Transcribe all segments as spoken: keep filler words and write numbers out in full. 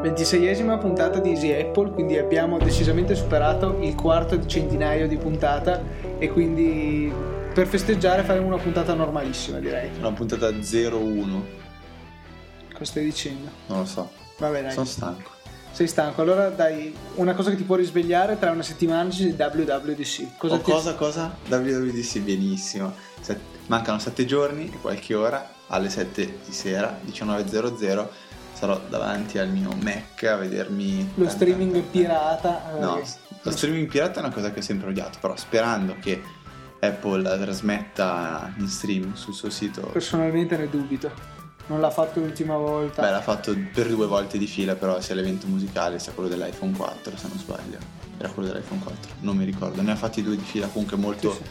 ventiseiesima puntata di Easy Apple, quindi abbiamo decisamente superato il quarto centinaio di puntata e quindi per festeggiare faremo una puntata normalissima, direi. Una puntata zero uno. Cosa stai dicendo? Non lo so. Vabbè, dai. Sono stanco. Sei stanco, allora dai, una cosa che ti può risvegliare: tra una settimana c'è il W W D C. Cosa oh, ti... cosa cosa? W W D C, benissimo. Set... Mancano sette giorni e qualche ora, alle sette di sera, diciannove e zero zero, sarò davanti al mio Mac a vedermi lo tanta, streaming tanta... pirata. No, eh, lo streaming pirata è una cosa che ho sempre odiato, però sperando che Apple la trasmetta in stream sul suo sito. Personalmente ne dubito. Non l'ha fatto l'ultima volta. Beh, l'ha fatto per due volte di fila, però sia l'evento musicale sia quello dell'iPhone quattro, se non sbaglio. Era quello dell'iPhone quattro, non mi ricordo. Ne ha fatti due di fila, comunque molto sì, sì.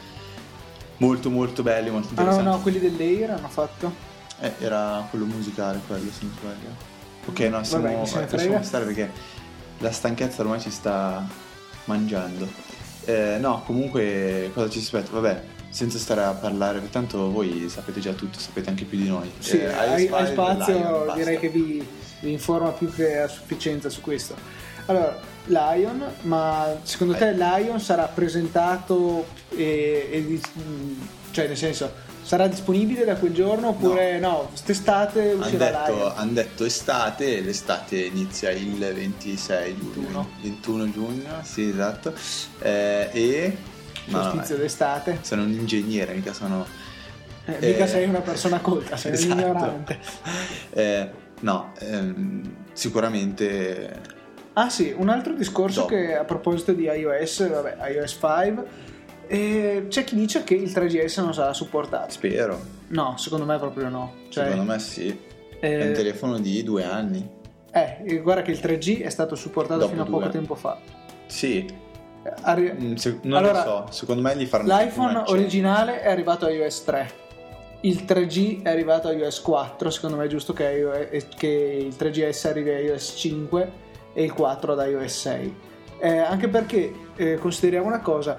molto molto belli, molto Ah interessanti. no, no, quelli dell'Air hanno fatto? Eh, era quello musicale quello, se non sbaglio. Ok, no, siamo, Vabbè, se ne frega. lasciamo stare perché la stanchezza ormai ci sta mangiando. Eh, no, comunque cosa ci aspetta? Vabbè, senza stare a parlare, tanto voi sapete già tutto, sapete anche più di noi. Sì, eh, hai, hai spazio, Lion, direi che vi, vi informa più che a sufficienza su questo. Allora, Lion, ma secondo te Lion sarà presentato e, e cioè nel senso sarà disponibile da quel giorno oppure no, no quest'estate uscirà han detto, Lion? Hanno detto estate, l'estate inizia il ventisei giugno, ventuno giugno, sì esatto, eh, e solstizio d'estate. Sono un ingegnere, mica sono eh, eh, mica sei una persona colta, sei esatto. un ignorante. eh, no ehm, sicuramente. Ah sì, un altro discorso Dopo. Che a proposito di iOS, vabbè, iOS cinque, eh, c'è chi dice che il tre G S non sarà supportato. Spero. No, secondo me proprio no. Cioè, secondo me sì. eh, è un telefono di due anni. Eh, guarda che il tre G è stato supportato Dopo fino a due. poco tempo fa. Sì. Arri- Se, non allora, lo so, secondo me gli faranno l'iPhone originale è arrivato a iOS tre, il tre G è arrivato a iOS quattro, secondo me è giusto che, iOS, che il tre G S arrivi a iOS cinque e il quattro ad iOS sei, eh, anche perché eh, consideriamo una cosa,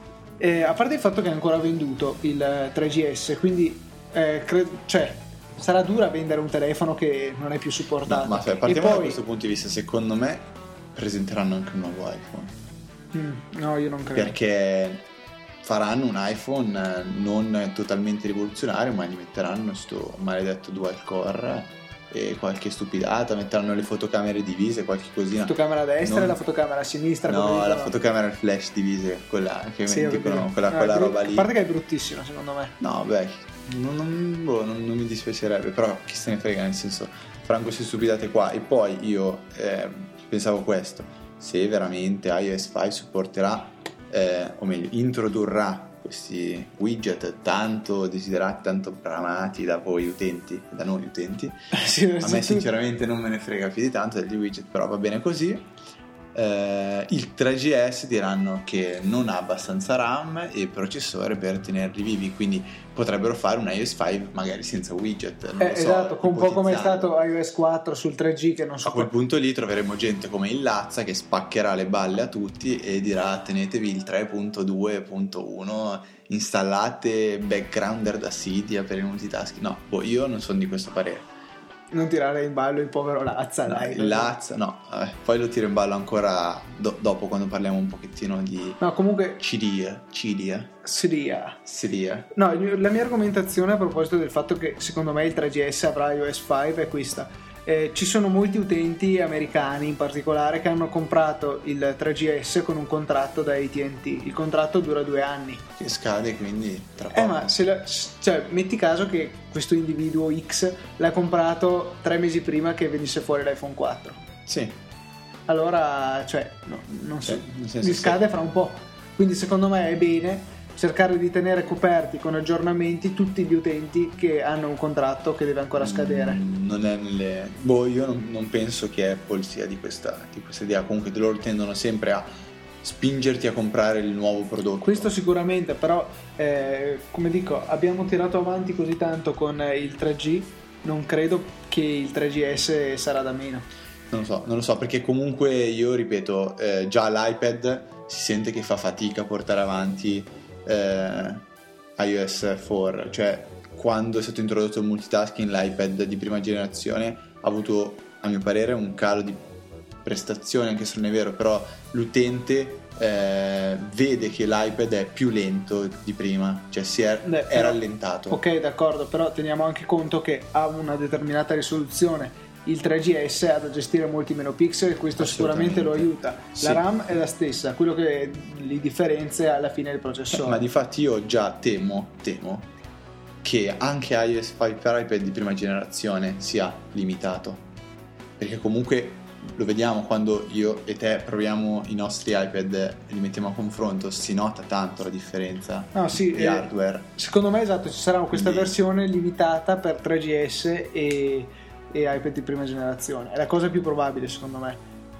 eh, a parte il fatto che è ancora venduto il tre G S, quindi eh, cre- cioè sarà dura vendere un telefono che non è più supportato. No, ma cioè, partiamo poi... da questo punto di vista, secondo me presenteranno anche un nuovo iPhone. Mm, no, io non credo. Perché faranno un iPhone non totalmente rivoluzionario, ma gli metteranno sto maledetto dual core e qualche stupidata, metteranno le fotocamere divise, qualche cosina. La fotocamera a destra non... e la fotocamera a sinistra. No, la fotocamera al flash divise, quella che sì, dicono, quella, no, quella brut- roba lì. A parte che è bruttissima secondo me. No, beh, non, non, boh, non, non mi dispiacerebbe, però chi se ne frega, nel senso, faranno queste stupidate qua. E poi io eh, pensavo questo: se veramente iOS cinque supporterà, eh, o meglio, introdurrà questi widget tanto desiderati, tanto bramati da voi utenti, da noi utenti, sì, a me sinceramente non me ne frega più di tanto degli widget, però va bene così. Eh, il tre G S diranno che non ha abbastanza RAM e processore per tenerli vivi, quindi potrebbero fare un iOS cinque magari senza widget, non eh, lo so, esatto, un po' come è ipotizzando. stato iOS quattro sul tre G che non so. A quel punto lì troveremo gente come il Lazza che spaccherà le balle a tutti e dirà: tenetevi il tre punto due punto uno, installate backgrounder da Cydia per il multitasking. No, boh, io non sono di questo parere. Non tirare in ballo il povero Lazza, no, dai. Il Lazza, no, eh, poi lo tiro in ballo ancora do- dopo, quando parliamo un pochettino di no, comunque Cydia, Cydia, Cydia. Cydia. No, la mia argomentazione a proposito del fatto che secondo me il tre G S avrà iOS cinque è questa. Eh, ci sono molti utenti americani in particolare che hanno comprato il tre G S con un contratto da A T and T. Il contratto dura due anni che scade quindi tra poco. Eh ma se la, cioè, metti caso che questo individuo X l'ha comprato tre mesi prima che venisse fuori l'iPhone quattro. Sì. Allora, cioè, no, non so, sì, gli scade fra un po'. Quindi secondo me è bene cercare di tenere coperti con aggiornamenti tutti gli utenti che hanno un contratto che deve ancora scadere. Mm, non è nelle... Boh, io non, non penso che Apple sia di questa, di questa idea. Comunque loro tendono sempre a spingerti a comprare il nuovo prodotto. Questo sicuramente, però eh, come dico, abbiamo tirato avanti così tanto con il tre G, non credo che il tre G S sarà da meno. Non lo so, non lo so, perché comunque io ripeto, eh, già l'iPad si sente che fa fatica a portare avanti eh, iOS quattro, cioè quando è stato introdotto il multitasking l'iPad di prima generazione ha avuto, a mio parere, un calo di prestazioni, anche se non è vero, però l'utente eh, vede che l'iPad è più lento di prima, cioè si è, Beh, è rallentato. Ok, d'accordo, però teniamo anche conto che ha una determinata risoluzione. Il tre G S ha da gestire molti meno pixel e questo sicuramente lo aiuta. Sì. La RAM è la stessa, quello che li differenzia alla fine è il processore. Ma difatti io già temo, temo che anche iOS cinque per iPad di prima generazione sia limitato, perché comunque lo vediamo quando io e te proviamo i nostri iPad e li mettiamo a confronto, si nota tanto la differenza no, sì, di eh, hardware. Secondo me esatto, ci sarà questa Quindi... versione limitata per tre G S e, e iPad di prima generazione, è la cosa più probabile secondo me.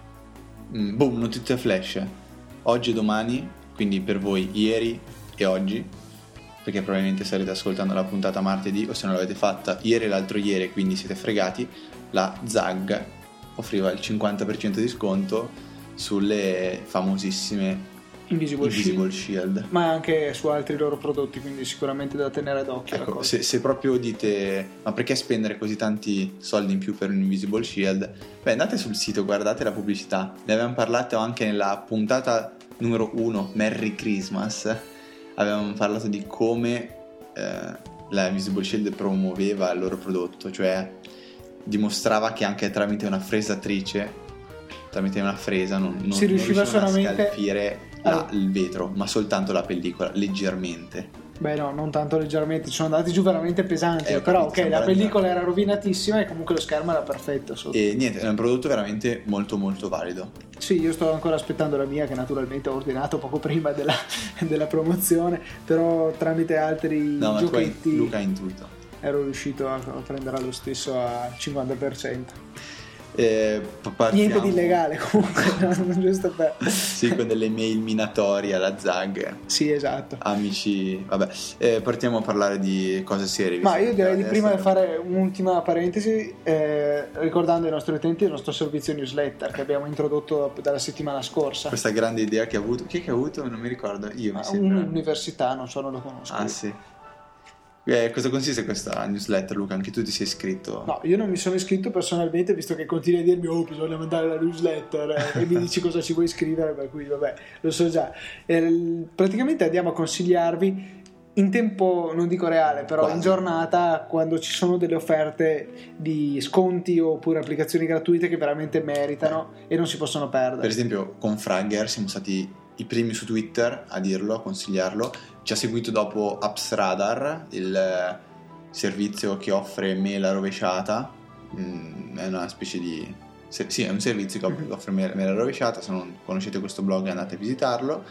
mm, Boom, notizia flash oggi e domani, quindi per voi ieri e oggi, perché probabilmente starete ascoltando la puntata martedì, o se non l'avete fatta ieri e l'altro ieri, quindi siete fregati. La Z A G offriva il cinquanta per cento di sconto sulle famosissime Invisible, Invisible Shield. Shield, ma anche su altri loro prodotti, quindi sicuramente da tenere d'occhio. ecco, se, se proprio dite ma perché spendere così tanti soldi in più per un Invisible Shield, beh, andate sul sito, guardate la pubblicità, ne avevamo parlato anche nella puntata numero uno, Merry Christmas, avevamo parlato di come eh, la Invisible Shield promuoveva il loro prodotto, cioè dimostrava che anche tramite una fresatrice, tramite una fresa non, non, si riusciva non solamente a scalfire la, il vetro, ma soltanto la pellicola, leggermente. Beh no, non tanto leggermente, ci sono andati giù veramente pesanti, eh, però capito, ok, la pellicola era rovinatissima e comunque lo schermo era perfetto sotto. E niente, è un prodotto veramente molto molto valido. Sì, io sto ancora aspettando la mia, che naturalmente ho ordinato poco prima della, della promozione, però tramite altri no, giochetti ma Luca in tutto ero riuscito a, a prenderla lo stesso al cinquanta per cento. Eh, Niente di illegale comunque, giusto per... sì, con delle mail minatorie alla Z A G. Sì, esatto. Amici, vabbè, eh, partiamo a parlare di cose serie. Ma io direi di prima adesso... fare un'ultima parentesi, eh, ricordando ai nostri utenti il nostro servizio newsletter che abbiamo introdotto dalla settimana scorsa. Questa grande idea che ha avuto, chi è che ha avuto? Non mi ricordo, io mi sembra. Un'università, non so, non lo conosco. Ah sì. Eh, cosa consiste questa newsletter, Luca? Anche tu ti sei iscritto? No, io non mi sono iscritto personalmente, visto che continui a dirmi oh bisogna mandare la newsletter eh, e mi dici cosa ci vuoi scrivere, per cui vabbè, lo so già. Eh, praticamente andiamo a consigliarvi in tempo, non dico reale, però Quasi. In giornata, quando ci sono delle offerte di sconti oppure applicazioni gratuite che veramente meritano e non si possono perdere. Per esempio con Fragger siamo stati i primi su Twitter a dirlo, a consigliarlo. Ci ha seguito dopo AppsRadar, il servizio che offre mail a rovesciata. Mm, è una specie di... Se, sì, è un servizio che mm-hmm. offre mail, mail a rovesciata. Se non conoscete questo blog andate a visitarlo.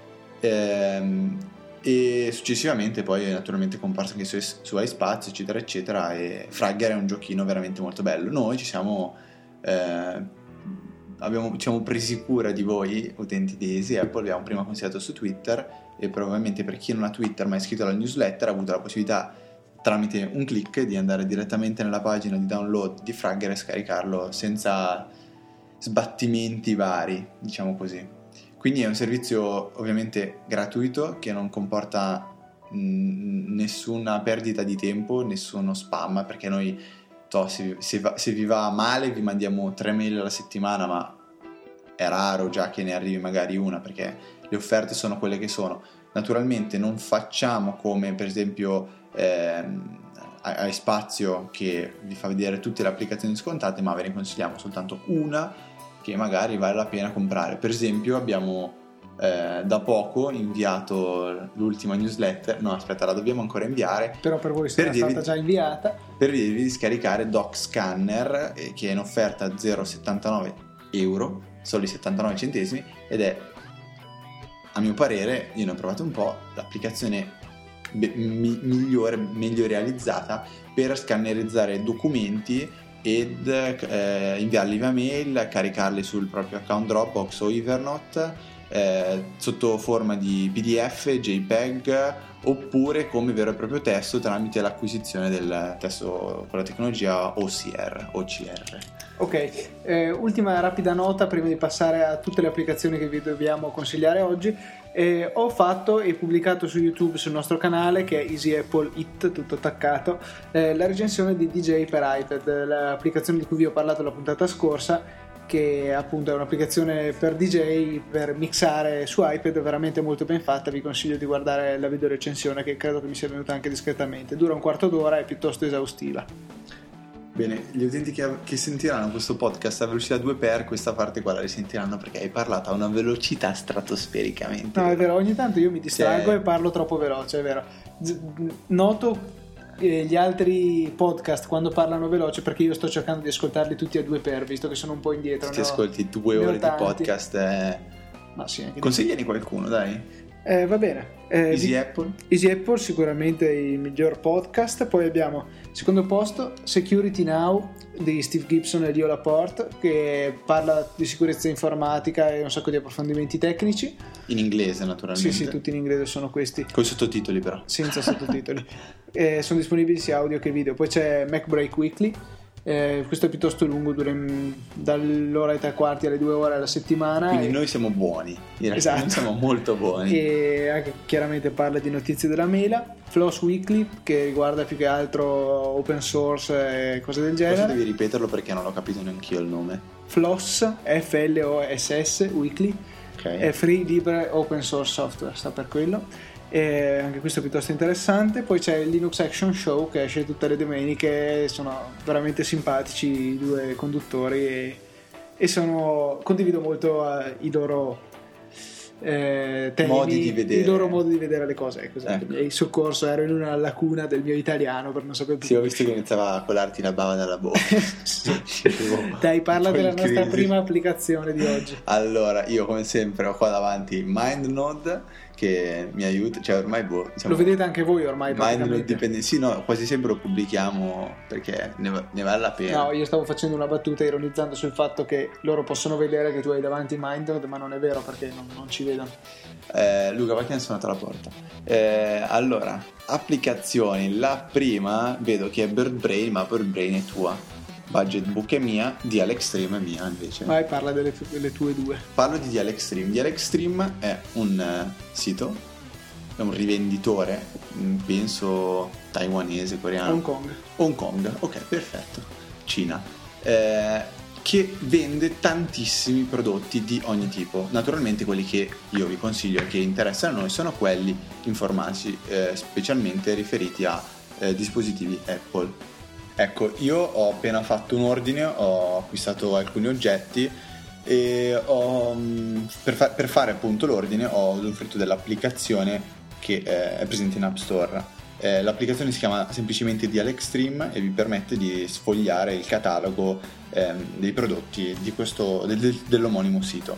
Ehm, e successivamente poi è naturalmente comparso anche su, su iSpazio, eccetera, eccetera. E Fragger è un giochino veramente molto bello. Noi ci siamo... Eh, abbiamo diciamo presi cura di voi utenti di Easy Apple, vi abbiamo prima consigliato su Twitter e probabilmente per chi non ha Twitter ma è iscritto alla newsletter ha avuto la possibilità tramite un click di andare direttamente nella pagina di download di Fragger e scaricarlo senza sbattimenti vari, diciamo così. Quindi è un servizio ovviamente gratuito che non comporta mh, nessuna perdita di tempo, nessuno spam, perché noi To, se, se, va, se vi va male vi mandiamo tre mail alla settimana, ma è raro già che ne arrivi magari una, perché le offerte sono quelle che sono. Naturalmente non facciamo come per esempio ehm, iSpazio che vi fa vedere tutte le applicazioni scontate, ma ve ne consigliamo soltanto una che magari vale la pena comprare. Per esempio abbiamo eh, da poco inviato l'ultima newsletter, no aspetta la dobbiamo ancora inviare, però per voi è stata dirvi, già inviata, per dirvi di scaricare DocScanner eh, che è in offerta a zero virgola settantanove euro, soli settantanove centesimi, ed è a mio parere, io ne ho provato un po', l'applicazione be- mi- migliore, meglio realizzata per scannerizzare documenti ed eh, inviarli via mail, caricarli sul proprio account Dropbox o Evernote eh, sotto forma di P D F, JPEG oppure come vero e proprio testo tramite l'acquisizione del testo con la tecnologia O C R, O C R. Ok, eh, ultima rapida nota prima di passare a tutte le applicazioni che vi dobbiamo consigliare oggi. Eh, ho fatto e pubblicato su YouTube, sul nostro canale che è Easy Apple It, tutto attaccato, eh, la recensione di D J per iPad, l'applicazione di cui vi ho parlato la puntata scorsa, che appunto è un'applicazione per D J per mixare su iPad, veramente molto ben fatta. Vi consiglio di guardare la video recensione, che credo che mi sia venuta anche discretamente. Dura un quarto d'ora, è piuttosto esaustiva. Bene, gli utenti che, che sentiranno questo podcast a velocità due per, questa parte qua la risentiranno perché hai parlato a una velocità stratosfericamente. No, è vero, ogni tanto io mi distraggo Cioè... e parlo troppo veloce, è vero. Z- noto eh, gli altri podcast quando parlano veloce, perché io sto cercando di ascoltarli tutti a due per, visto che sono un po' indietro. Se ti ascolti due ore di podcast, eh... Ma sì, anche consigliali qualcuno, dai. Eh, va bene. Eh, Easy di... Apple. Easy Apple sicuramente il miglior podcast. Poi abbiamo secondo posto Security Now di Steve Gibson e Leo Laporte, che parla di sicurezza informatica e un sacco di approfondimenti tecnici. In inglese, naturalmente. Sì, sì, tutti in inglese sono questi. Con i sottotitoli però. Senza sottotitoli. eh, sono disponibili sia audio che video. Poi c'è Mac Break Weekly. Eh, questo è piuttosto lungo, dura in, dall'ora e tre quarti alle due ore alla settimana. Quindi e... noi siamo buoni, in esatto. Noi siamo molto buoni. E anche chiaramente parla di notizie della mela. Floss Weekly, che riguarda più che altro open source e cose del genere. Forse devi ripeterlo perché non ho capito neanch'io il nome. Floss, F L O S S Weekly, okay. È free, libre, open source software, sta per quello. E anche questo è piuttosto interessante. Poi c'è il Linux Action Show, che esce tutte le domeniche. Sono veramente simpatici i due conduttori e, e sono, condivido molto uh, i loro eh, temi, modi di vedere. il loro modo di vedere le cose. Ecco, ecco. E il soccorso, ero in una lacuna del mio italiano per non sapere più. Sì, ho visto che iniziava a colarti la bava dalla bocca. Sì. Dai, parla della nostra crisi. Prima applicazione di oggi. Allora, io come sempre ho qua davanti MindNode, che mi aiuta, cioè ormai boh, diciamo, lo vedete anche voi ormai MindNode dipende, sì, no, quasi sempre lo pubblichiamo perché ne, ne vale la pena. No, io stavo facendo una battuta ironizzando sul fatto che loro possono vedere che tu hai davanti MindNode, ma non è vero perché non, non ci vedono. eh, Luca, va che ne è suonata la porta. eh, allora, applicazioni, la prima vedo che è BirdBrain, ma BirdBrain è tua. Budget Book è mia, D L Extreme è mia invece. Vai, parla delle, delle tue due. Parlo di D L Extreme. D L Extreme è un uh, sito, è un rivenditore, penso taiwanese, coreano. Hong Kong. Hong Kong, ok, perfetto. Cina. Eh, che vende tantissimi prodotti di ogni tipo. Naturalmente quelli che io vi consiglio e che interessano a noi sono quelli informatici, eh, specialmente riferiti a eh, dispositivi Apple. Ecco, io ho appena fatto un ordine, ho acquistato alcuni oggetti e ho, per, fa- per fare appunto l'ordine ho usufruito dell'applicazione che eh, è presente in App Store. Eh, l'applicazione si chiama semplicemente D L Extreme e vi permette di sfogliare il catalogo eh, dei prodotti di questo, del, dell'omonimo sito.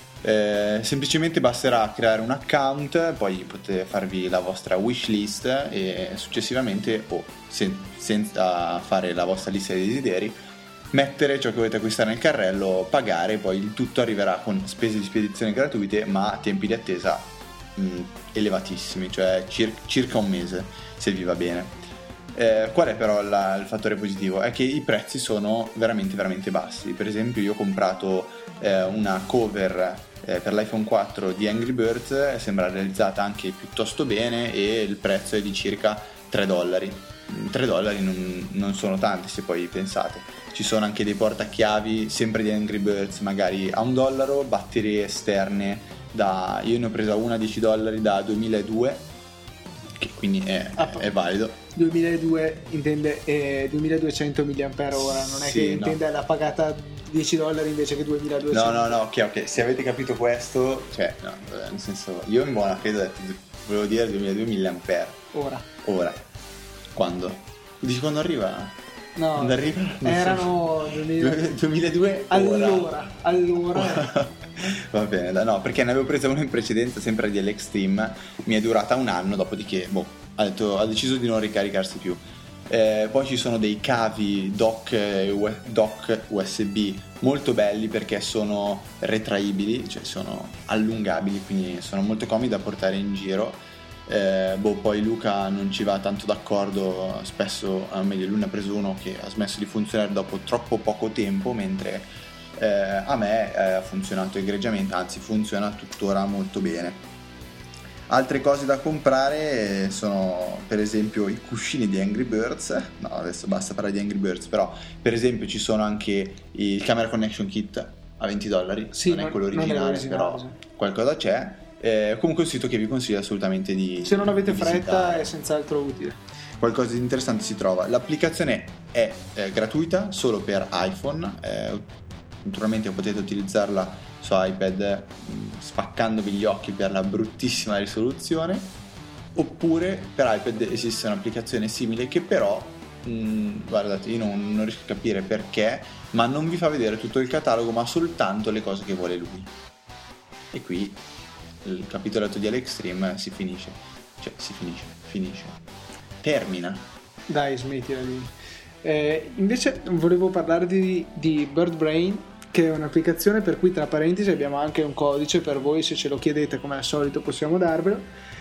Eh, semplicemente basterà creare un account, poi potete farvi la vostra wishlist e successivamente o se, senza fare la vostra lista di desideri mettere ciò che volete acquistare nel carrello, pagare, poi il tutto arriverà con spese di spedizione gratuite ma tempi di attesa mh, elevatissimi, cioè cir- circa un mese se vi va bene. Eh, qual è però la, il fattore positivo? È che i prezzi sono veramente veramente bassi. Per esempio io ho comprato eh, una cover eh, per l'iPhone quattro di Angry Birds, sembra realizzata anche piuttosto bene e il prezzo è di circa tre dollari. tre dollari non, non sono tanti se poi pensate. Ci sono anche dei portachiavi sempre di Angry Birds magari a un dollaro, batterie esterne da, io ne ho presa una a dieci dollari da duemiladue, che quindi è, ah, è valido. duemiladue intende eh, duemiladuecento milliampere ora, non è sì, che intende no. La pagata dieci dollari invece che duemiladuecento. No, no, no, ok, ok, se avete capito questo, cioè, no, nel senso, io in buona fede ho detto, volevo dire duemiladue milliampere. Ora. Ora. Quando? Dici quando arriva? No, quando arriva? erano duemiladue allora, allora. Va bene, no, perché ne avevo presa una in precedenza, sempre di D L Extreme, mi è durata un anno, dopodiché, boh, ha, detto, ha deciso di non ricaricarsi più. Eh, poi ci sono dei cavi dock, dock U S B molto belli perché sono retraibili, cioè sono allungabili, quindi sono molto comodi da portare in giro. Eh, boh, poi Luca non ci va tanto d'accordo, spesso, o meglio, lui ne ha preso uno che ha smesso di funzionare dopo troppo poco tempo, mentre eh, a me eh, ha funzionato egregiamente, anzi funziona tuttora molto bene. Altre cose da comprare sono per esempio i cuscini di Angry Birds, no adesso basta parlare di Angry Birds, però per esempio ci sono anche il Camera Connection Kit a venti dollari, sì, non, non è quello non è originale, l'originale, però sì. qualcosa c'è. Eh, comunque è un sito che vi consiglio assolutamente di se non avete di fretta visitare. è senz'altro utile. Qualcosa di interessante si trova. L'applicazione è eh, gratuita solo per iPhone, eh, naturalmente potete utilizzarla su iPad mh, spaccandovi gli occhi per la bruttissima risoluzione, oppure per iPad esiste un'applicazione simile che però mh, guardate, io non, non riesco a capire perché, ma non vi fa vedere tutto il catalogo ma soltanto le cose che vuole lui. E qui il capitolato di Alexstream si finisce, cioè si finisce, finisce, termina. Dai, smettila di... Eh, invece volevo parlarvi di, di BirdBrain, che è un'applicazione per cui tra parentesi abbiamo anche un codice per voi, se ce lo chiedete come al solito possiamo darvelo,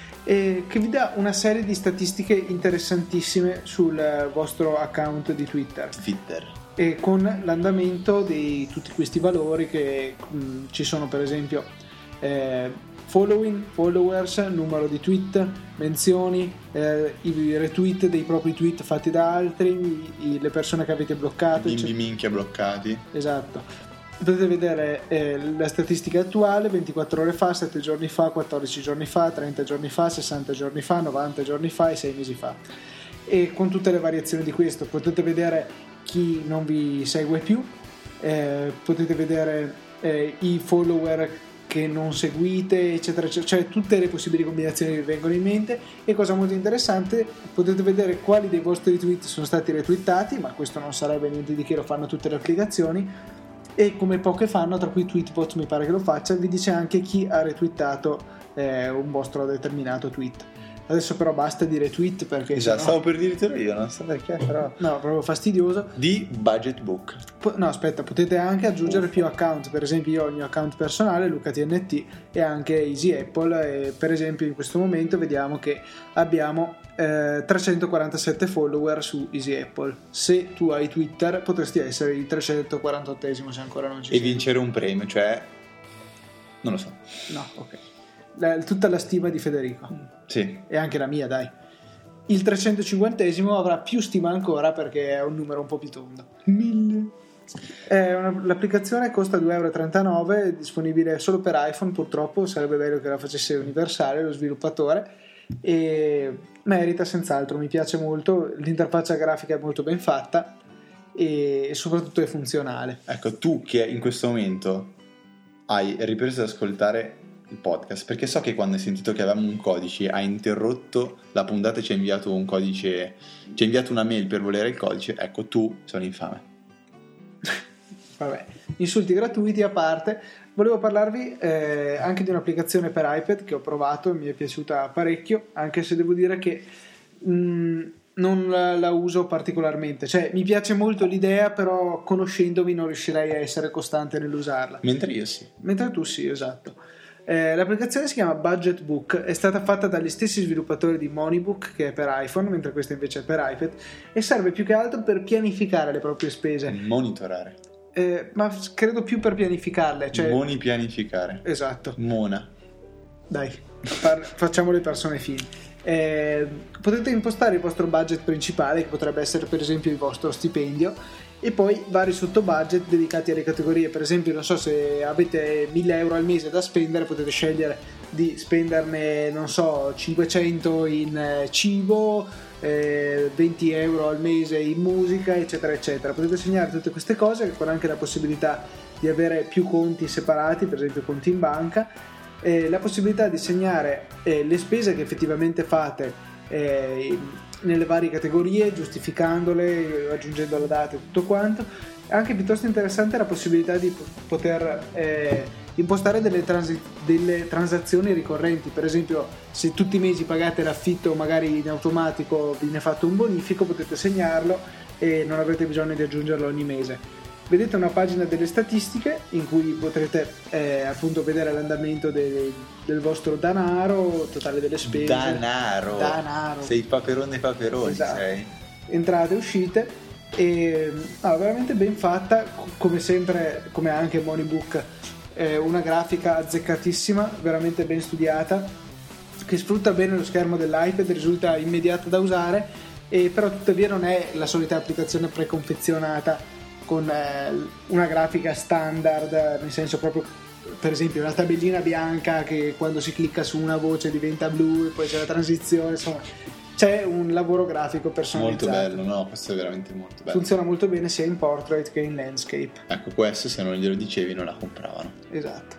e che vi dà una serie di statistiche interessantissime sul vostro account di Twitter. Twitter. E con l'andamento di tutti questi valori che mh, ci sono, per esempio eh, following, followers, numero di tweet, menzioni, eh, i retweet dei propri tweet fatti da altri, i, i, le persone che avete bloccato, Bimbi eccetera. minchia bloccati. Esatto. Potete vedere eh, la statistica attuale, ventiquattro ore fa, sette giorni fa, quattordici giorni fa, trenta giorni fa, sessanta giorni fa, novanta giorni fa e sei mesi fa. E con tutte le variazioni di questo potete vedere chi non vi segue più, eh, potete vedere eh, i follower che non seguite, eccetera, eccetera, cioè tutte le possibili combinazioni che vi vengono in mente. E cosa molto interessante, potete vedere quali dei vostri tweet sono stati retweetati, ma questo non sarebbe niente di che, lo fanno tutte le applicazioni, e come poche fanno, tra cui Tweetbot mi pare che lo faccia, vi dice anche chi ha retweetato eh, un vostro determinato tweet. Adesso però basta dire tweet perché Esatto, sennò... stavo per dirtelo io, non so perché, però... No, proprio fastidioso. Di Budget Book. Po- no, aspetta, potete anche aggiungere più account. Per esempio io ho il mio account personale, Luca T N T, e anche Easy Apple, e per esempio in questo momento vediamo che abbiamo eh, trecentoquarantasette follower su Easy Apple. Se tu hai Twitter potresti essere il trecentoquarantottesimo se ancora non ci E sei. vincere un premio, cioè... non lo so. No, ok. La- tutta la stima di Federico. Sì. E anche la mia, dai. Il trecentocinquantesimo avrà più stima ancora perché è un numero un po' più tondo. Mille. È una, l'applicazione costa due virgola trentanove euro, è disponibile solo per iPhone, purtroppo sarebbe bello che la facesse universale lo sviluppatore, e merita senz'altro, mi piace molto, l'interfaccia grafica è molto ben fatta e, e soprattutto è funzionale. Ecco, tu che in questo momento hai ripreso ad ascoltare il podcast, perché so che quando hai sentito che avevamo un codice hai interrotto la puntata e ci hai inviato un codice, ci hai inviato una mail per volere il codice, ecco, tu sei un infame. Vabbè, insulti gratuiti a parte, volevo parlarvi eh, anche di un'applicazione per iPad che ho provato e mi è piaciuta parecchio, anche se devo dire che mh, non la, la uso particolarmente, cioè mi piace molto l'idea, però conoscendomi non riuscirei a essere costante nell'usarla. Mentre io sì. Mentre tu sì, esatto. Eh, l'applicazione si chiama Budget Book, è stata fatta dagli stessi sviluppatori di Moneybook, che è per iPhone, mentre questa invece è per iPad, e serve più che altro per pianificare le proprie spese. Monitorare. Eh, ma credo più per pianificarle, cioè... Moni pianificare. Esatto. Mona. Dai, par- facciamo le persone fini. Eh, potete impostare il vostro budget principale, che potrebbe essere per esempio il vostro stipendio, e poi vari sotto budget dedicati alle categorie. Per esempio, non so, se avete mille euro al mese da spendere, potete scegliere di spenderne, non so, cinquecento in eh, cibo, eh, venti euro al mese in musica, eccetera eccetera. Potete segnare tutte queste cose con anche la possibilità di avere più conti separati, per esempio conti in banca, eh, la possibilità di segnare eh, le spese che effettivamente fate eh, nelle varie categorie, giustificandole, aggiungendo la data e tutto quanto. Anche piuttosto interessante la possibilità di poter eh, impostare delle, transi- delle transazioni ricorrenti. Per esempio, se tutti i mesi pagate l'affitto, magari in automatico viene fatto un bonifico, potete segnarlo e non avrete bisogno di aggiungerlo ogni mese. Vedete una pagina delle statistiche in cui potrete eh, appunto vedere l'andamento de- del vostro danaro, totale delle spese. Danaro. Danaro. Sei paperone paperoni, Esatto. sei. Entrate e uscite, e ah, veramente ben fatta, come sempre, come anche Moneybook, eh, una grafica azzeccatissima, veramente ben studiata, che sfrutta bene lo schermo dell'iPad, risulta immediata da usare, e però tuttavia non è la solita applicazione preconfezionata con eh, una grafica standard, nel senso proprio, per esempio, una tabellina bianca che quando si clicca su una voce diventa blu e poi c'è la transizione, insomma c'è un lavoro grafico personalizzato. Molto bello, no? Questo è veramente molto bello. Funziona molto bene sia in portrait che in landscape. Ecco, questo se non glielo dicevi non la compravano. Esatto.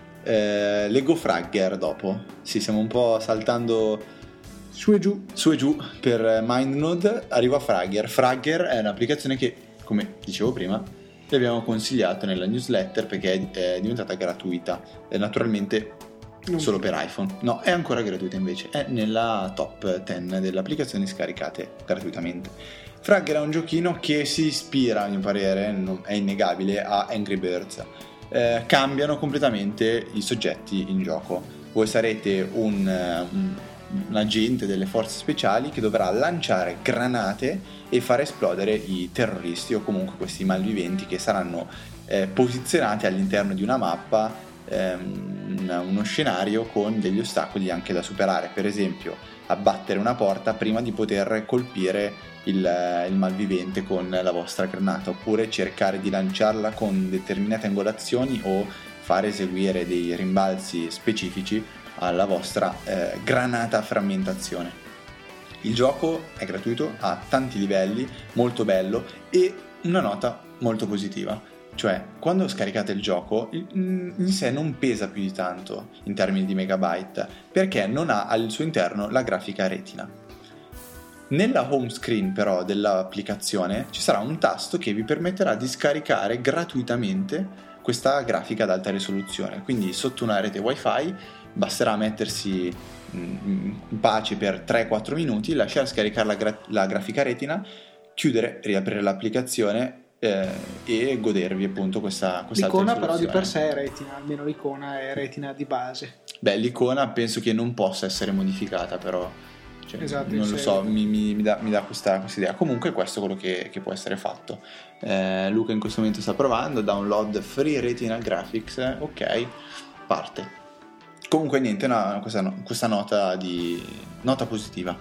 Eh, Lego Fragger dopo. Sì, stiamo un po' saltando su e giù su e giù per MindNode. Arriva Fragger. Fragger è un'applicazione che, come dicevo prima, vi abbiamo consigliato nella newsletter perché è diventata gratuita e naturalmente non solo per iPhone. No, è ancora gratuita invece, è nella top dieci delle applicazioni scaricate gratuitamente. Fragger è un giochino che si ispira, a mio parere, non, è innegabile, a Angry Birds. Eh, cambiano completamente i soggetti in gioco. Voi sarete un, un, un agente delle forze speciali che dovrà lanciare granate e far esplodere i terroristi o comunque questi malviventi che saranno eh, posizionati all'interno di una mappa, ehm, uno scenario con degli ostacoli anche da superare. Per esempio, abbattere una porta prima di poter colpire il, il malvivente con la vostra granata, oppure cercare di lanciarla con determinate angolazioni o fare eseguire dei rimbalzi specifici alla vostra eh, granata a frammentazione. Il gioco è gratuito, ha tanti livelli, molto bello e una nota molto positiva, cioè quando scaricate il gioco in sé non pesa più di tanto in termini di megabyte perché non ha al suo interno la grafica retina. Nella home screen però dell'applicazione ci sarà un tasto che vi permetterà di scaricare gratuitamente questa grafica ad alta risoluzione, quindi sotto una rete wifi basterà mettersi in pace per tre quattro minuti, lasciare scaricare la, gra- la grafica retina, chiudere, riaprire l'applicazione eh, e godervi appunto questa, questa l'icona però di per sé è retina, almeno l'icona è retina di base. Beh, l'icona penso che non possa essere modificata, però cioè, esatto, non lo so, mi, mi, mi dà, mi dà questa, questa idea. Comunque questo è quello che, che può essere fatto. eh, Luca in questo momento sta provando, download free retina graphics, ok, parte. Comunque niente, una, questa, questa nota di nota positiva.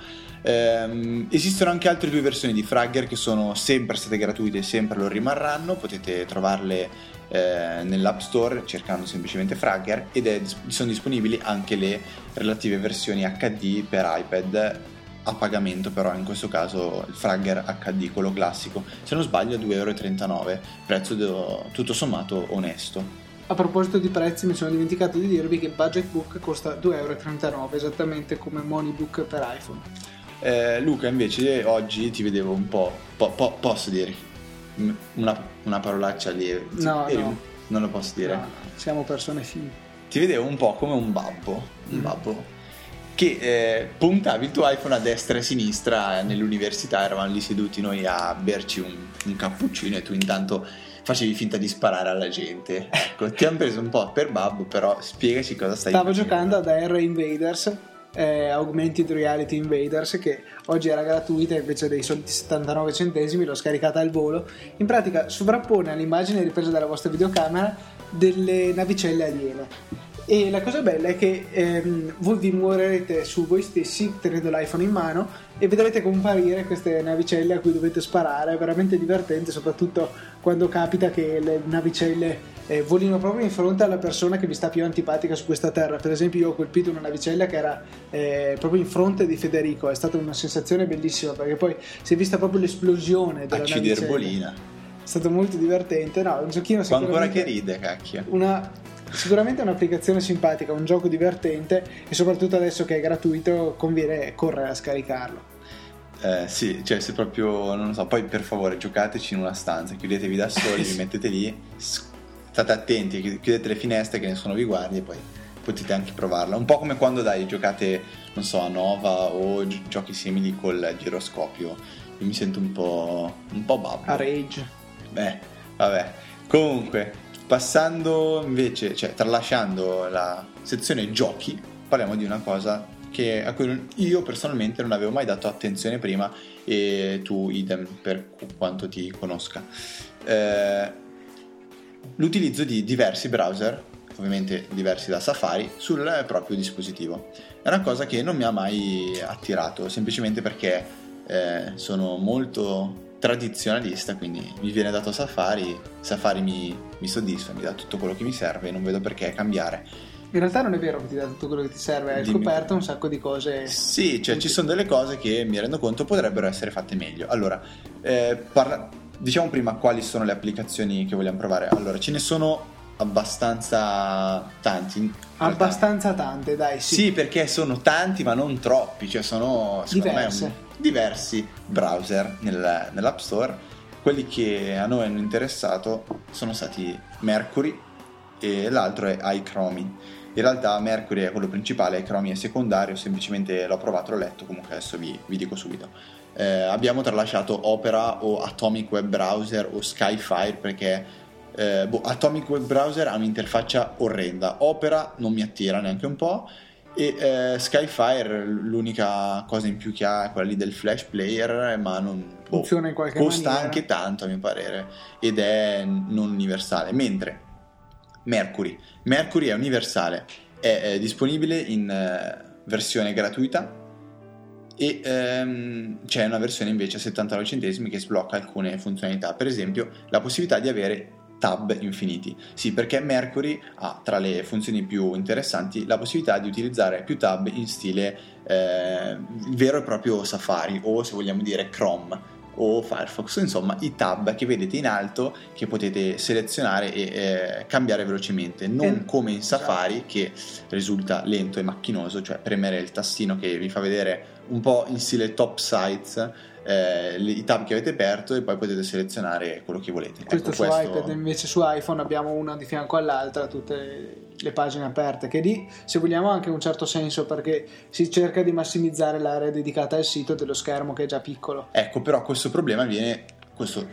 Ehm, esistono anche altre due versioni di Fragger che sono sempre state gratuite e sempre lo rimarranno. Potete trovarle eh, nell'App Store cercando semplicemente Fragger, ed è, sono disponibili anche le relative versioni acca di per iPad a pagamento, però in questo caso il Fragger acca di, quello classico, se non sbaglio a due virgola trentanove euro, prezzo do, tutto sommato onesto. A proposito di prezzi, mi sono dimenticato di dirvi che il Budget Book costa due virgola trentanove euro, esattamente come Money Book per iPhone. Eh, Luca, invece oggi ti vedevo un po', po, po posso dire una, una parolaccia lieve? No, Eri, no. Non lo posso dire. No, no, siamo persone fini. Ti vedevo un po' come un babbo, un mm. babbo che eh, puntavi il tuo iPhone a destra e a sinistra nell'università, eravamo lì seduti noi a berci un, un cappuccino e tu intanto facevi finta di sparare alla gente. Ecco, ti hanno preso un po' per babbo, però spiegaci cosa stai Stavo facendo. giocando ad A R Invaders, eh, Augmented Reality Invaders, che oggi era gratuita, invece dei soliti settantanove centesimi l'ho scaricata al volo. In pratica sovrappone all'immagine ripresa dalla vostra videocamera delle navicelle aliene. E la cosa bella è che ehm, voi vi muoverete su voi stessi tenendo l'iPhone in mano e vedrete comparire queste navicelle a cui dovete sparare. È veramente divertente, soprattutto quando capita che le navicelle eh, volino proprio in fronte alla persona che vi sta più antipatica su questa terra. Per esempio io ho colpito una navicella che era eh, proprio in fronte di Federico. È stata una sensazione bellissima perché poi si è vista proprio l'esplosione della navicella. Acciderbolina. È stato molto divertente. No, un giochino sicuramente... ancora che ride, cacchio. Una... Sicuramente è un'applicazione simpatica, un gioco divertente e soprattutto adesso che è gratuito conviene correre a scaricarlo. Eh, sì, cioè se proprio, non lo so, poi per favore giocateci in una stanza, chiudetevi da soli, vi mettete lì, state attenti, chiudete le finestre che nessuno vi guardi e poi potete anche provarla. Un po' come quando dai giocate, non so, a Nova o gi- giochi simili col giroscopio. Io mi sento un po' un po' babbo. A Rage. Beh, vabbè. Comunque, passando invece, cioè tralasciando la sezione giochi, parliamo di una cosa che, a cui io personalmente non avevo mai dato attenzione prima, e tu idem per quanto ti conosca. Eh, l'utilizzo di diversi browser, ovviamente diversi da Safari, sul proprio dispositivo. È una cosa che non mi ha mai attirato, semplicemente perché eh, sono molto tradizionalista, quindi mi viene dato Safari, Safari mi, mi soddisfa, mi dà tutto quello che mi serve e non vedo perché cambiare. In realtà non è vero che ti dà tutto quello che ti serve, hai Dimmi. scoperto un sacco di cose. Sì, cioè ci sono delle cose che mi rendo conto potrebbero essere fatte meglio. Allora, eh, parla... diciamo prima quali sono le applicazioni che vogliamo provare. Allora, ce ne sono abbastanza tanti. Abbastanza tante, dai, sì. Sì, perché sono tanti ma non troppi, cioè sono diverse. Me, un... diversi browser nel, nell'App Store. Quelli che a noi hanno interessato sono stati Mercury e l'altro è iChromie. In realtà Mercury è quello principale, iChromie è secondario, semplicemente l'ho provato, l'ho letto, comunque adesso vi, vi dico subito. Eh, abbiamo tralasciato Opera o Atomic Web Browser o Skyfire perché eh, boh, Atomic Web Browser ha un'interfaccia orrenda, Opera non mi attira neanche un po' e eh, Skyfire l'unica cosa in più che ha è quella lì del Flash Player, ma non boh, funziona in qualche costa maniera. Anche tanto a mio parere ed è non universale, mentre Mercury Mercury è universale, è, è disponibile in eh, versione gratuita e ehm, c'è una versione invece a settantanove centesimi che sblocca alcune funzionalità, per esempio la possibilità di avere tab infiniti. Sì, perché Mercury ha tra le funzioni più interessanti la possibilità di utilizzare più tab in stile eh, vero e proprio Safari o, se vogliamo dire, Chrome o Firefox, insomma i tab che vedete in alto che potete selezionare e eh, cambiare velocemente, non e... come in Safari che risulta lento e macchinoso, cioè premere il tastino che vi fa vedere un po' in stile top sites eh, i tab che avete aperto e poi potete selezionare quello che volete. Questo ecco, su questo... iPad, invece su iPhone abbiamo una di fianco all'altra tutte le pagine aperte, che lì, se vogliamo, ha anche un certo senso perché si cerca di massimizzare l'area dedicata al sito dello schermo che è già piccolo. Ecco, però questo problema viene questo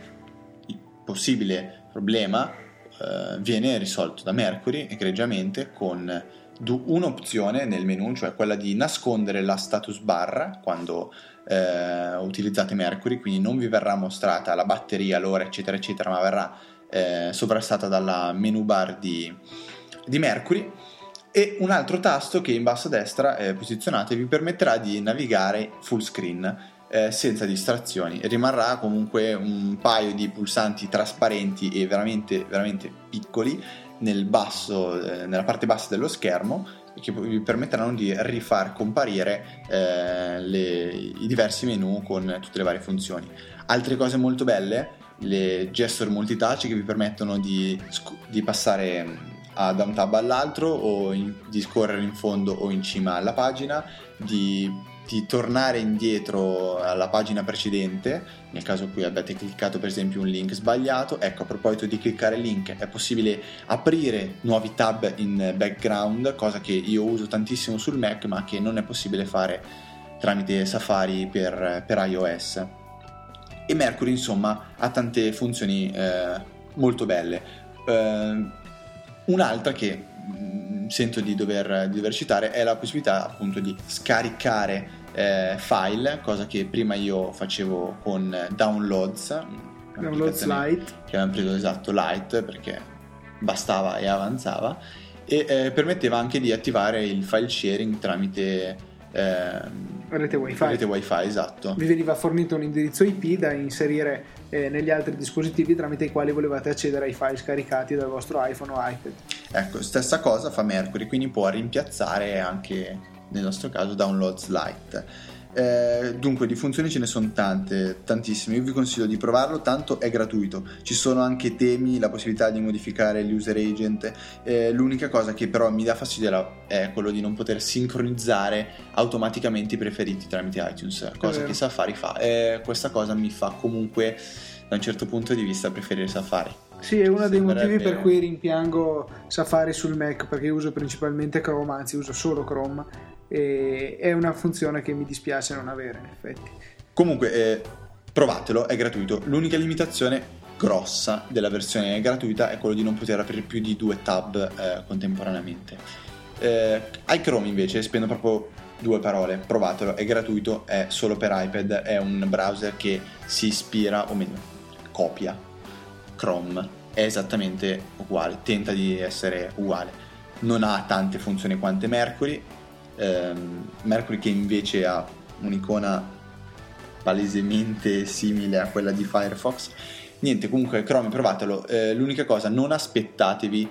possibile problema eh, viene risolto da Mercury egregiamente con un'opzione nel menu, cioè quella di nascondere la status bar quando eh, utilizzate Mercury, quindi non vi verrà mostrata la batteria, l'ora eccetera eccetera, ma verrà eh, sovrastata dalla menu bar di, di Mercury, e un altro tasto che in basso a destra eh, posizionate vi permetterà di navigare full screen eh, senza distrazioni. Rimarrà comunque un paio di pulsanti trasparenti e veramente veramente piccoli nel basso, eh, nella parte bassa dello schermo, che vi permetteranno di rifar comparire eh, le, i diversi menu con tutte le varie funzioni. Altre cose molto belle, le gesture multitouch che vi permettono di, di passare a, da un tab all'altro o in, di scorrere in fondo o in cima alla pagina, di di tornare indietro alla pagina precedente nel caso in cui abbiate cliccato per esempio un link sbagliato. Ecco, a proposito di cliccare link, è possibile aprire nuovi tab in background, cosa che io uso tantissimo sul Mac ma che non è possibile fare tramite Safari per, per iOS. E Mercury insomma ha tante funzioni eh, molto belle. Eh, un'altra che mh, sento di dover, di dover citare è la possibilità appunto di scaricare Eh, file, cosa che prima io facevo con Downloads, Downloads Lite, che avevamo preso esatto Lite perché bastava e avanzava, e eh, permetteva anche di attivare il file sharing tramite eh, rete wifi. rete wifi, esatto. Vi veniva fornito un indirizzo I P da inserire eh, negli altri dispositivi tramite i quali volevate accedere ai file scaricati dal vostro iPhone o iPad. Ecco, stessa cosa fa Mercury, quindi può rimpiazzare anche nel nostro caso Downloads Lite. Eh, dunque di funzioni ce ne sono tante, tantissime. Io vi consiglio di provarlo, tanto è gratuito. Ci sono anche temi, la possibilità di modificare l'user agent. Eh, l'unica cosa che però mi dà fastidio è quello di non poter sincronizzare automaticamente i preferiti tramite iTunes, cosa che Safari fa. Eh, questa cosa mi fa comunque da un certo punto di vista preferire Safari. Sì, è uno dei motivi per cui rimpiango Safari sul Mac, perché uso principalmente Chrome, anzi uso solo Chrome, e è una funzione che mi dispiace non avere in effetti. Comunque eh, provatelo, è gratuito. L'unica limitazione grossa della versione gratuita è quello di non poter aprire più di due tab eh, contemporaneamente. eh, iChrome invece, spendo proprio due parole, provatelo, è gratuito, è solo per iPad, è un browser che si ispira, o meglio copia Chrome, è esattamente uguale, tenta di essere uguale, non ha tante funzioni quante Mercury. ehm, Mercury che invece ha un'icona palesemente simile a quella di Firefox. Niente, comunque Chrome provatelo, eh, l'unica cosa, non aspettatevi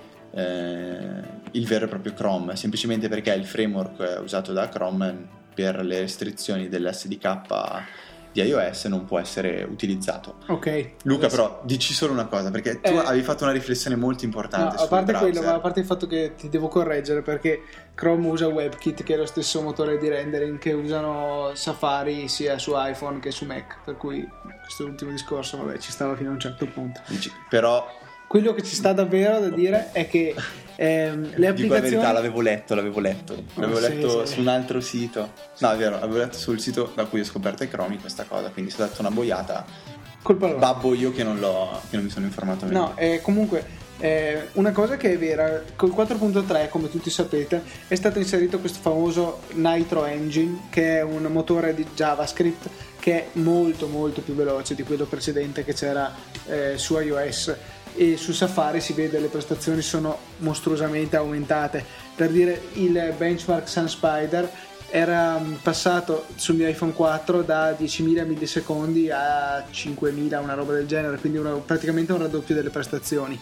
eh, il vero e proprio Chrome, semplicemente perché il framework usato da Chrome per le restrizioni dell'S D K di iOS non può essere utilizzato. Ok. Luca, però dici solo una cosa, perché tu eh, avevi fatto una riflessione molto importante. No, a parte browser. quello, ma a parte il fatto che ti devo correggere, perché Chrome usa WebKit, che è lo stesso motore di rendering che usano Safari sia su iPhone che su Mac, per cui questo ultimo discorso, vabbè, ci stava fino a un certo punto. Dici, però quello che ci sta davvero da dire è che ehm, le applicazioni... Dico la verità, l'avevo letto, l'avevo letto L'avevo oh, letto sì, su un altro sito. No, è vero, l'avevo letto sul sito da cui ho scoperto i Chrome questa cosa, quindi se ho dato una boiata, colpa loro. babbo io che non, l'ho, che non mi sono informato meglio. No, eh, comunque eh, una cosa che è vera, col quattro punto tre, come tutti sapete, è stato inserito questo famoso Nitro Engine, che è un motore di JavaScript che è molto molto più veloce di quello precedente che c'era eh, su iOS, e su Safari si vede le prestazioni sono mostruosamente aumentate. Per dire, il benchmark SunSpider era passato sul mio iPhone quattro da diecimila millisecondi a cinquemila, una roba del genere, quindi una, praticamente un raddoppio delle prestazioni.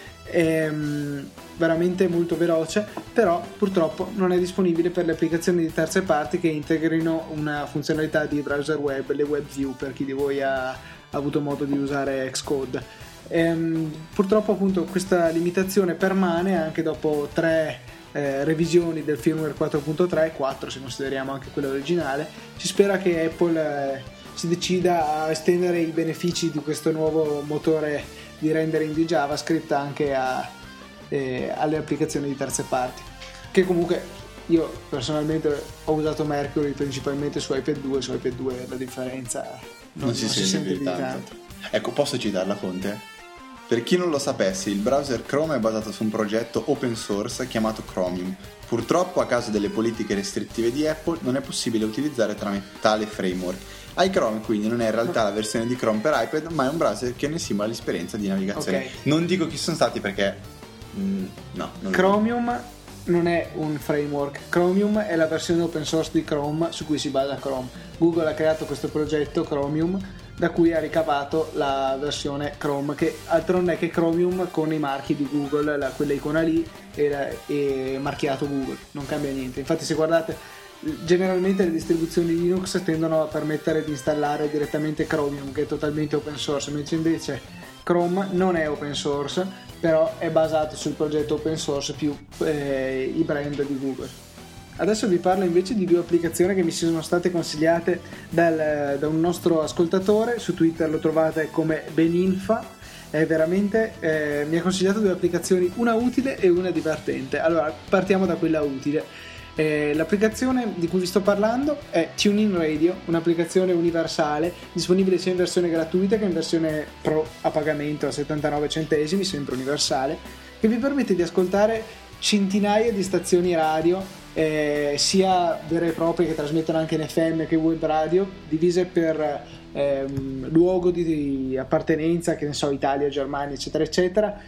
È um, veramente molto veloce, però purtroppo non è disponibile per le applicazioni di terze parti che integrino una funzionalità di browser web, le WebView, per chi di voi ha, ha avuto modo di usare Xcode. Ehm, purtroppo appunto questa limitazione permane anche dopo tre eh, revisioni del firmware quattro punto tre, quattro se consideriamo anche quello originale. Si spera che Apple eh, si decida a estendere i benefici di questo nuovo motore di rendering di JavaScript anche a, eh, alle applicazioni di terze parti, che comunque io personalmente ho usato Mercury principalmente su iPad due. Su iPad due la differenza non, non si, non sente, si sente più più tanto. tanto. Ecco, posso citare la fonte? Per chi non lo sapesse, il browser Chrome è basato su un progetto open source chiamato Chromium. Purtroppo, a causa delle politiche restrittive di Apple, non è possibile utilizzare tale framework. iChrome quindi non è in realtà la versione di Chrome per iPad, ma è un browser che ne simula l'esperienza di navigazione. Okay. Non dico chi sono stati perché mm, no, non Chromium non è un framework. Chromium è la versione open source di Chrome su cui si basa Chrome. Google ha creato questo progetto Chromium, da cui ha ricavato la versione Chrome, che altro non è che Chromium con i marchi di Google, la, quella icona lì è, è marchiato Google, non cambia niente. Infatti se guardate, generalmente le distribuzioni Linux tendono a permettere di installare direttamente Chromium, che è totalmente open source, mentre invece Chrome non è open source, però è basato sul progetto open source più eh, i brand di Google. Adesso vi parlo invece di due applicazioni che mi sono state consigliate dal, da un nostro ascoltatore. Su Twitter lo trovate come Beninfa. È veramente eh, mi ha consigliato due applicazioni, una utile e una divertente. Allora partiamo da quella utile. Eh, l'applicazione di cui vi sto parlando è TuneIn Radio, un'applicazione universale disponibile sia in versione gratuita che in versione pro a pagamento a settantanove centesimi, sempre universale, che vi permette di ascoltare centinaia di stazioni radio, eh, sia vere e proprie che trasmettono anche in F M che web radio, divise per ehm, luogo di, di appartenenza, che ne so, Italia, Germania, eccetera eccetera,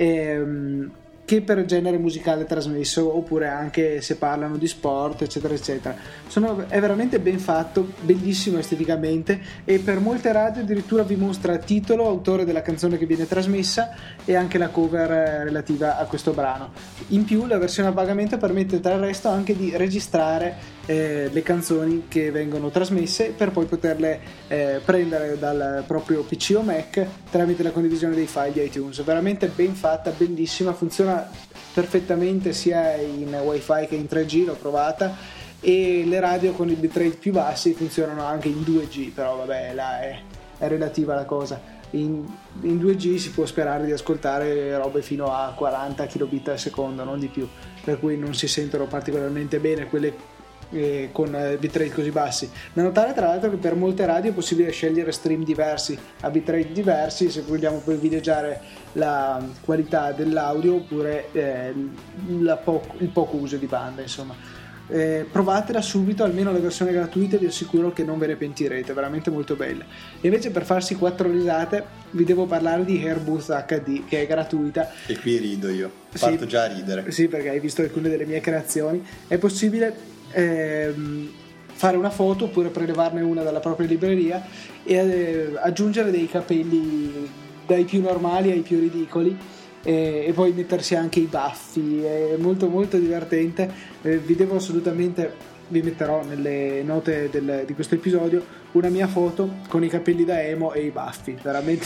ehm, che per genere musicale trasmesso, oppure anche se parlano di sport, eccetera eccetera. Sono, è veramente ben fatto, bellissimo esteticamente, e per molte radio addirittura vi mostra titolo, autore della canzone che viene trasmessa e anche la cover relativa a questo brano. In più la versione a pagamento permette tra il resto anche di registrare eh, le canzoni che vengono trasmesse per poi poterle eh, prendere dal proprio P C o Mac tramite la condivisione dei file di iTunes. Veramente ben fatta, bellissima, funziona perfettamente sia in wifi che in tre G, l'ho provata, e le radio con i bitrate più bassi funzionano anche in due G, però vabbè, là è, è relativa la cosa. In, in due G si può sperare di ascoltare robe fino a quaranta kilobit al secondo, non di più, per cui non si sentono particolarmente bene quelle eh, con bitrate così bassi. Da notare tra l'altro che per molte radio è possibile scegliere stream diversi a bitrate diversi se vogliamo privilegiare la qualità dell'audio oppure eh, la po- il poco uso di banda, insomma. Eh, provatela subito, almeno la versione gratuita, vi assicuro che non ve ne pentirete, veramente molto bella. E invece, per farsi quattro risate, vi devo parlare di Airboost acca di, che è gratuita. E qui rido io, parto sì, già a ridere. Sì, perché hai visto alcune delle mie creazioni. È possibile ehm, fare una foto oppure prelevarne una dalla propria libreria e eh, aggiungere dei capelli dai più normali ai più ridicoli e, e poi mettersi anche i baffi. È molto molto divertente. Eh, vi devo assolutamente, vi metterò nelle note del, di questo episodio una mia foto con i capelli da emo e i baffi, veramente.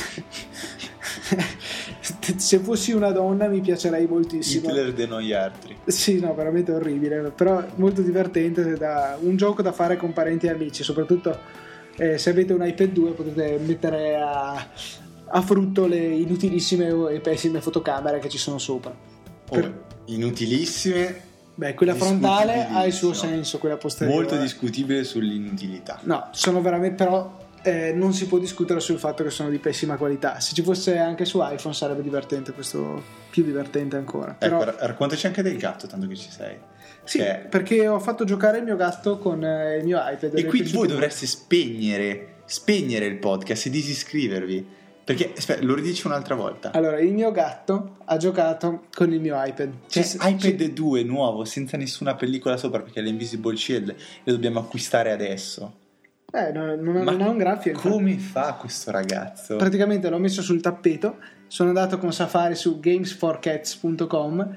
Se fossi una donna mi piacerei moltissimo. Hitler de noi altri. Sì, no, veramente orribile, però molto divertente, da, un gioco da fare con parenti e amici, soprattutto eh, se avete un iPad due potete mettere a, a frutto le inutilissime e pessime fotocamere che ci sono sopra. Oh, per... Inutilissime. Beh, quella frontale ha il suo senso, quella posteriore molto discutibile sull'inutilità. No, sono veramente, però eh, non si può discutere sul fatto che sono di pessima qualità. Se ci fosse anche su iPhone sarebbe divertente, questo più divertente ancora. Però... Ecco, raccontaci anche del gatto, tanto che ci sei. Sì, che... perché ho fatto giocare il mio gatto con eh, il mio iPad. E qui voi dovreste spegnere, spegnere il podcast e disiscrivervi. Perché, aspetta, lo ridici un'altra volta. Allora, il mio gatto ha giocato con il mio iPad. Cioè, C- iPad c- due nuovo, senza nessuna pellicola sopra, perché l'Invisible Shield lo dobbiamo acquistare adesso. Eh, no, non, non ha un graffio. Come fa questo ragazzo? Praticamente l'ho messo sul tappeto, sono andato con Safari su games for cats punto com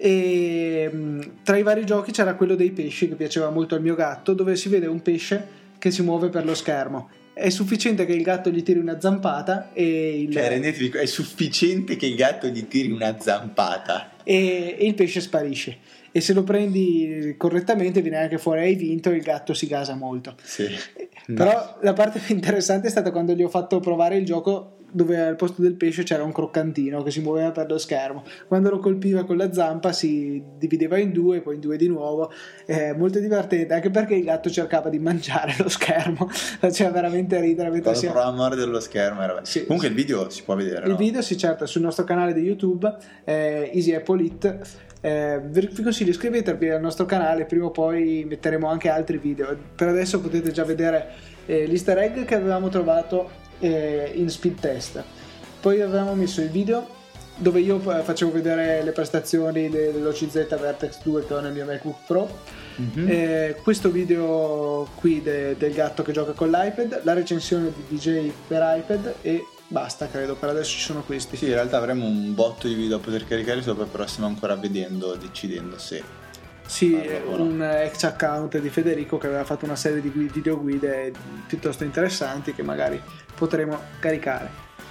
e mh, tra i vari giochi c'era quello dei pesci che piaceva molto al mio gatto, dove si vede un pesce che si muove per lo schermo. È sufficiente che il gatto gli tiri una zampata e il... Cioè, rendetevi, è sufficiente che il gatto gli tiri una zampata e, e il pesce sparisce. E se lo prendi correttamente viene anche fuori hai vinto, il gatto si gasa molto. Sì. Però no. La parte più interessante è stata quando gli ho fatto provare il gioco dove al posto del pesce c'era un croccantino che si muoveva per lo schermo. Quando lo colpiva con la zampa si divideva in due, poi in due di nuovo. È molto divertente, anche perché il gatto cercava di mangiare lo schermo, faceva veramente ridere. Quando si... provava a mordere lo schermo era... sì. Comunque il video si può vedere, il no? video si cerca sul nostro canale di YouTube, eh, Easy Apple It. Eh, vi consiglio iscrivetevi al nostro canale, prima o poi metteremo anche altri video. Per adesso potete già vedere eh, l'easter egg che avevamo trovato eh, in speed test. Poi avevamo messo il video dove io facevo vedere le prestazioni dell'O C Z Vertex due che ho nel mio MacBook Pro. Mm-hmm. Eh, questo video qui de- del gatto che gioca con l'iPad, la recensione di D J per iPad e basta, credo, per adesso ci sono questi. Sì, in realtà avremo un botto di video da poter caricare sopra, però stiamo ancora vedendo, decidendo se sì, un ex account di Federico che aveva fatto una serie di video guide piuttosto interessanti che magari potremo caricare.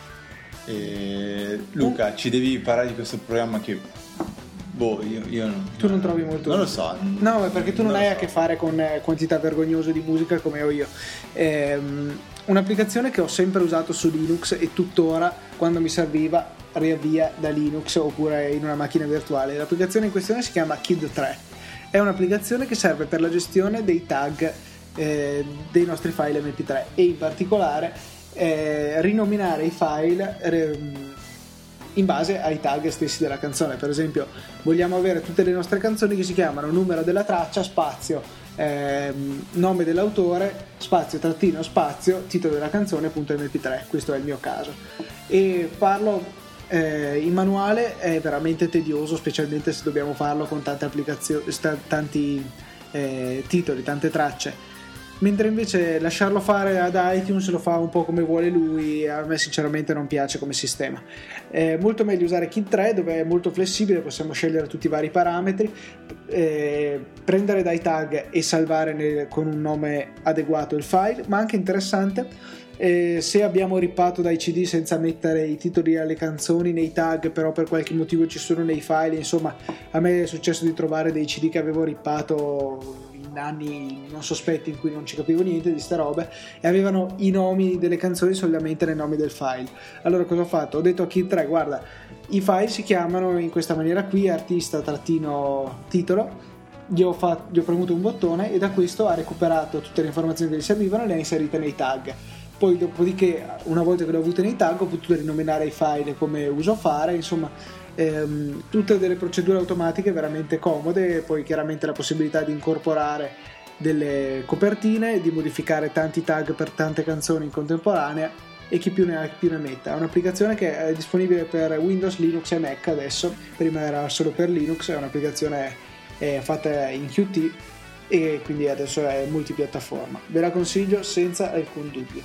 E... Luca, mm. ci devi parlare di questo programma che boh, io, io non, tu non trovi molto, non lo so, no, è perché tu non, non hai so. a che fare con quantità vergognose di musica come ho io. Ehm, un'applicazione che ho sempre usato su Linux e tuttora quando mi serviva riavvia da Linux oppure in una macchina virtuale. L'applicazione in questione si chiama Kid tre, è un'applicazione che serve per la gestione dei tag eh, dei nostri file M P tre e in particolare eh, rinominare i file eh, in base ai tag stessi della canzone. Per esempio, vogliamo avere tutte le nostre canzoni che si chiamano numero della traccia, spazio, ehm, nome dell'autore, spazio, trattino, spazio, titolo della canzone, punto M P tre. Questo è il mio caso. E farlo eh, in manuale è veramente tedioso, specialmente se dobbiamo farlo con tante applicazioni, tanti eh, titoli, tante tracce. Mentre invece lasciarlo fare ad iTunes lo fa un po' come vuole lui, a me sinceramente non piace come sistema. È molto meglio usare Kid tre, dove è molto flessibile, possiamo scegliere tutti i vari parametri, eh, prendere dai tag e salvare nel, con un nome adeguato il file, ma anche interessante eh, se abbiamo rippato dai C D senza mettere i titoli alle canzoni nei tag, però per qualche motivo ci sono nei file. Insomma, a me è successo di trovare dei C D che avevo rippato anni non sospetti in cui non ci capivo niente di ste robe e avevano i nomi delle canzoni solamente nei nomi del file. Allora cosa ho fatto? Ho detto a Kid tre: guarda, i file si chiamano in questa maniera qui, artista trattino titolo. Gli ho, fatto, gli ho premuto un bottone e da questo ha recuperato tutte le informazioni che gli servivano e le ha inserite nei tag. Poi dopodiché, una volta che le ho avute nei tag, ho potuto rinominare i file come uso fare. Insomma, Ehm, tutte delle procedure automatiche veramente comode. Poi chiaramente la possibilità di incorporare delle copertine, di modificare tanti tag per tante canzoni in contemporanea e chi più ne ha più ne metta. È un'applicazione che è disponibile per Windows, Linux e Mac adesso, prima era solo per Linux. È un'applicazione eh, fatta in Qt e quindi adesso è multipiattaforma. Ve la consiglio senza alcun dubbio.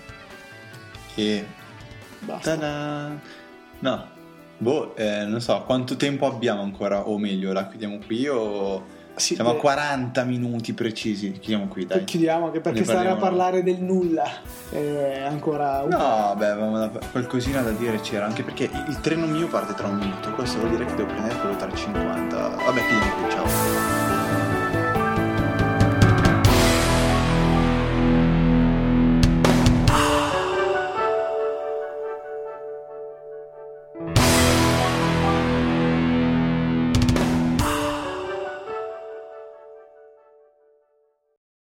E Basta. Ta-da! No, boh, eh, non so quanto tempo abbiamo ancora, o meglio, la chiudiamo qui o Sì, siamo beh, a quaranta minuti precisi, chiudiamo qui, dai. chiudiamo anche perché Ne stare a parliamo- parlare del nulla è ancora un No, beh, avevamo da- qualcosina da dire c'era, anche perché il, il treno mio parte tra un minuto, questo vuol dire che devo prendere quello tra cinquanta. Vabbè, chiudiamo qui, ciao.